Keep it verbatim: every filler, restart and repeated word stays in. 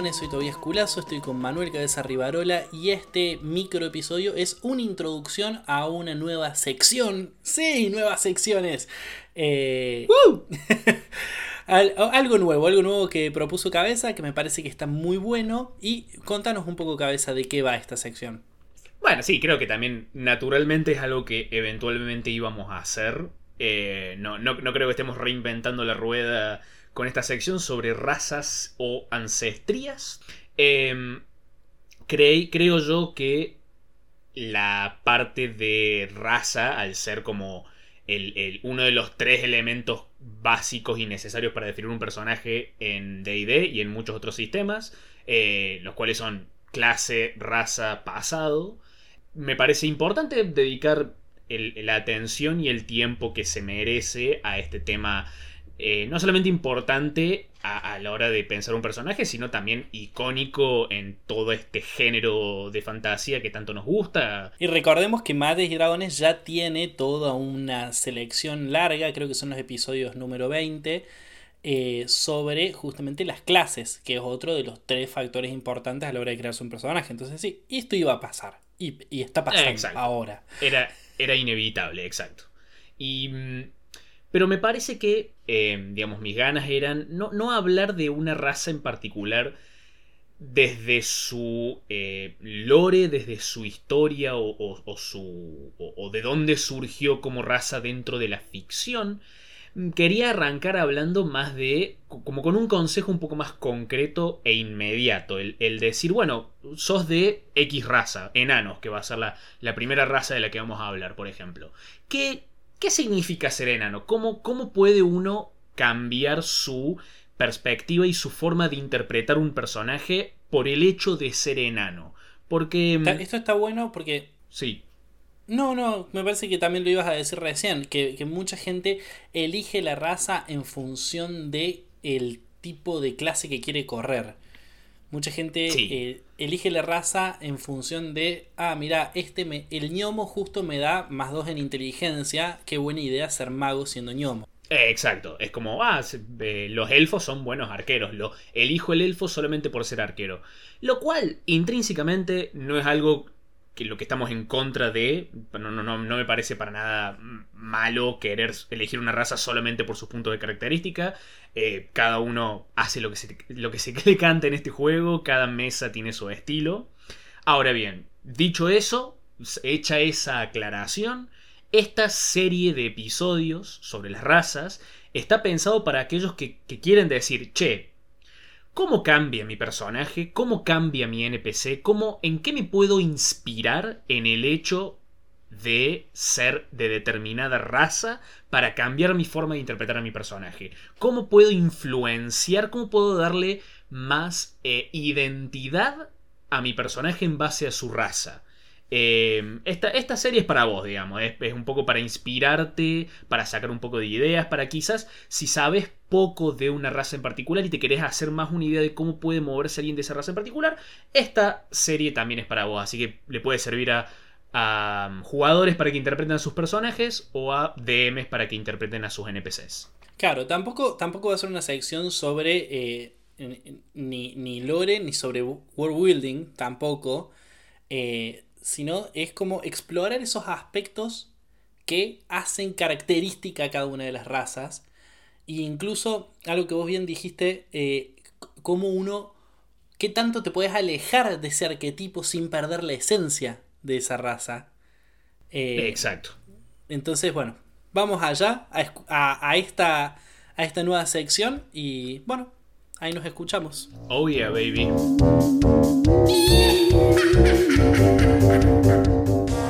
Dragones, soy Tobías Culazo, estoy con Manuel Cabeza Rivarola y este micro episodio es una introducción a una nueva sección. ¡Sí! ¡Nuevas secciones! Eh... ¡Uh! Algo nuevo, algo nuevo que propuso Cabeza, que me parece que está muy bueno. Y contanos un poco, Cabeza, de qué va esta sección. Bueno, sí, creo que también naturalmente es algo que eventualmente íbamos a hacer. Eh, no, no, no creo que estemos reinventando la rueda con esta sección sobre razas o ancestrías. Eh, creí, creo yo que la parte de raza, al ser como el, el, uno de los tres elementos básicos y necesarios para definir un personaje en D and D y en muchos otros sistemas, eh, los cuales son clase, raza, pasado, me parece importante dedicar el, la atención y el tiempo que se merece a este tema. Eh, no solamente importante a, a la hora de pensar un personaje, sino también icónico en todo este género de fantasía que tanto nos gusta. Y recordemos que Madres y Dragones ya tiene toda una selección larga, creo que son los episodios número veinte, eh, sobre justamente las clases, que es otro de los tres factores importantes a la hora de crearse un personaje. Entonces sí, esto iba a pasar, y, y está pasando exacto. ahora. Era, era inevitable, exacto. Y... Pero me parece que, eh, digamos, mis ganas eran no, no hablar de una raza en particular desde su eh, lore, desde su historia o, o, o, su, o, o de dónde surgió como raza dentro de la ficción. Quería arrancar hablando más de, como con un consejo un poco más concreto e inmediato. El, el decir, bueno, sos de X raza, enanos, que va a ser la, la primera raza de la que vamos a hablar, por ejemplo. ¿Qué ¿Qué significa ser enano? ¿Cómo, ¿Cómo puede uno cambiar su perspectiva y su forma de interpretar un personaje por el hecho de ser enano? Porque... Esto está bueno porque... Sí. No, no, me parece que también lo ibas a decir recién, que, que mucha gente elige la raza en función de el tipo de clase que quiere correr. Mucha gente sí. eh, elige la raza en función de, ah, mira, este me, el gnomo justo me da más dos en inteligencia, qué buena idea ser mago siendo gnomo. Eh, exacto, es como, ah, eh, los elfos son buenos arqueros, lo, elijo el elfo solamente por ser arquero. Lo cual, intrínsecamente, no es algo que lo que estamos en contra de. No, no, no, no me parece para nada malo querer elegir una raza solamente por sus puntos de característica. Eh, cada uno hace lo que, se, lo que se le canta en este juego. Cada mesa tiene su estilo. Ahora bien, dicho eso, hecha esa aclaración, esta serie de episodios sobre las razas está pensado para aquellos que, que quieren decir, che, ¿cómo cambia mi personaje? ¿Cómo cambia mi N P C? ¿Cómo, ¿En qué me puedo inspirar en el hecho de ser de determinada raza para cambiar mi forma de interpretar a mi personaje? ¿Cómo puedo influenciar? ¿Cómo puedo darle más eh, identidad a mi personaje en base a su raza? Eh, esta, esta serie es para vos, digamos. Es, es un poco para inspirarte, para sacar un poco de ideas, para quizás, si sabes poco de una raza en particular y te querés hacer más una idea de cómo puede moverse alguien de esa raza en particular, esta serie también es para vos. Así que le puede servir a, a jugadores para que interpreten a sus personajes o a D Ms para que interpreten a sus N P Cs. Claro, tampoco, tampoco va a ser una sección sobre eh, ni, ni lore ni sobre world building, tampoco. Eh, sino es como explorar esos aspectos que hacen característica a cada una de las razas. E incluso, algo que vos bien dijiste, eh, cómo uno, qué tanto te puedes alejar de ese arquetipo sin perder la esencia de esa raza. Eh, Exacto. Entonces, bueno, vamos allá a, a, a, esta, a esta nueva sección y, bueno, ahí nos escuchamos. Oh yeah, baby.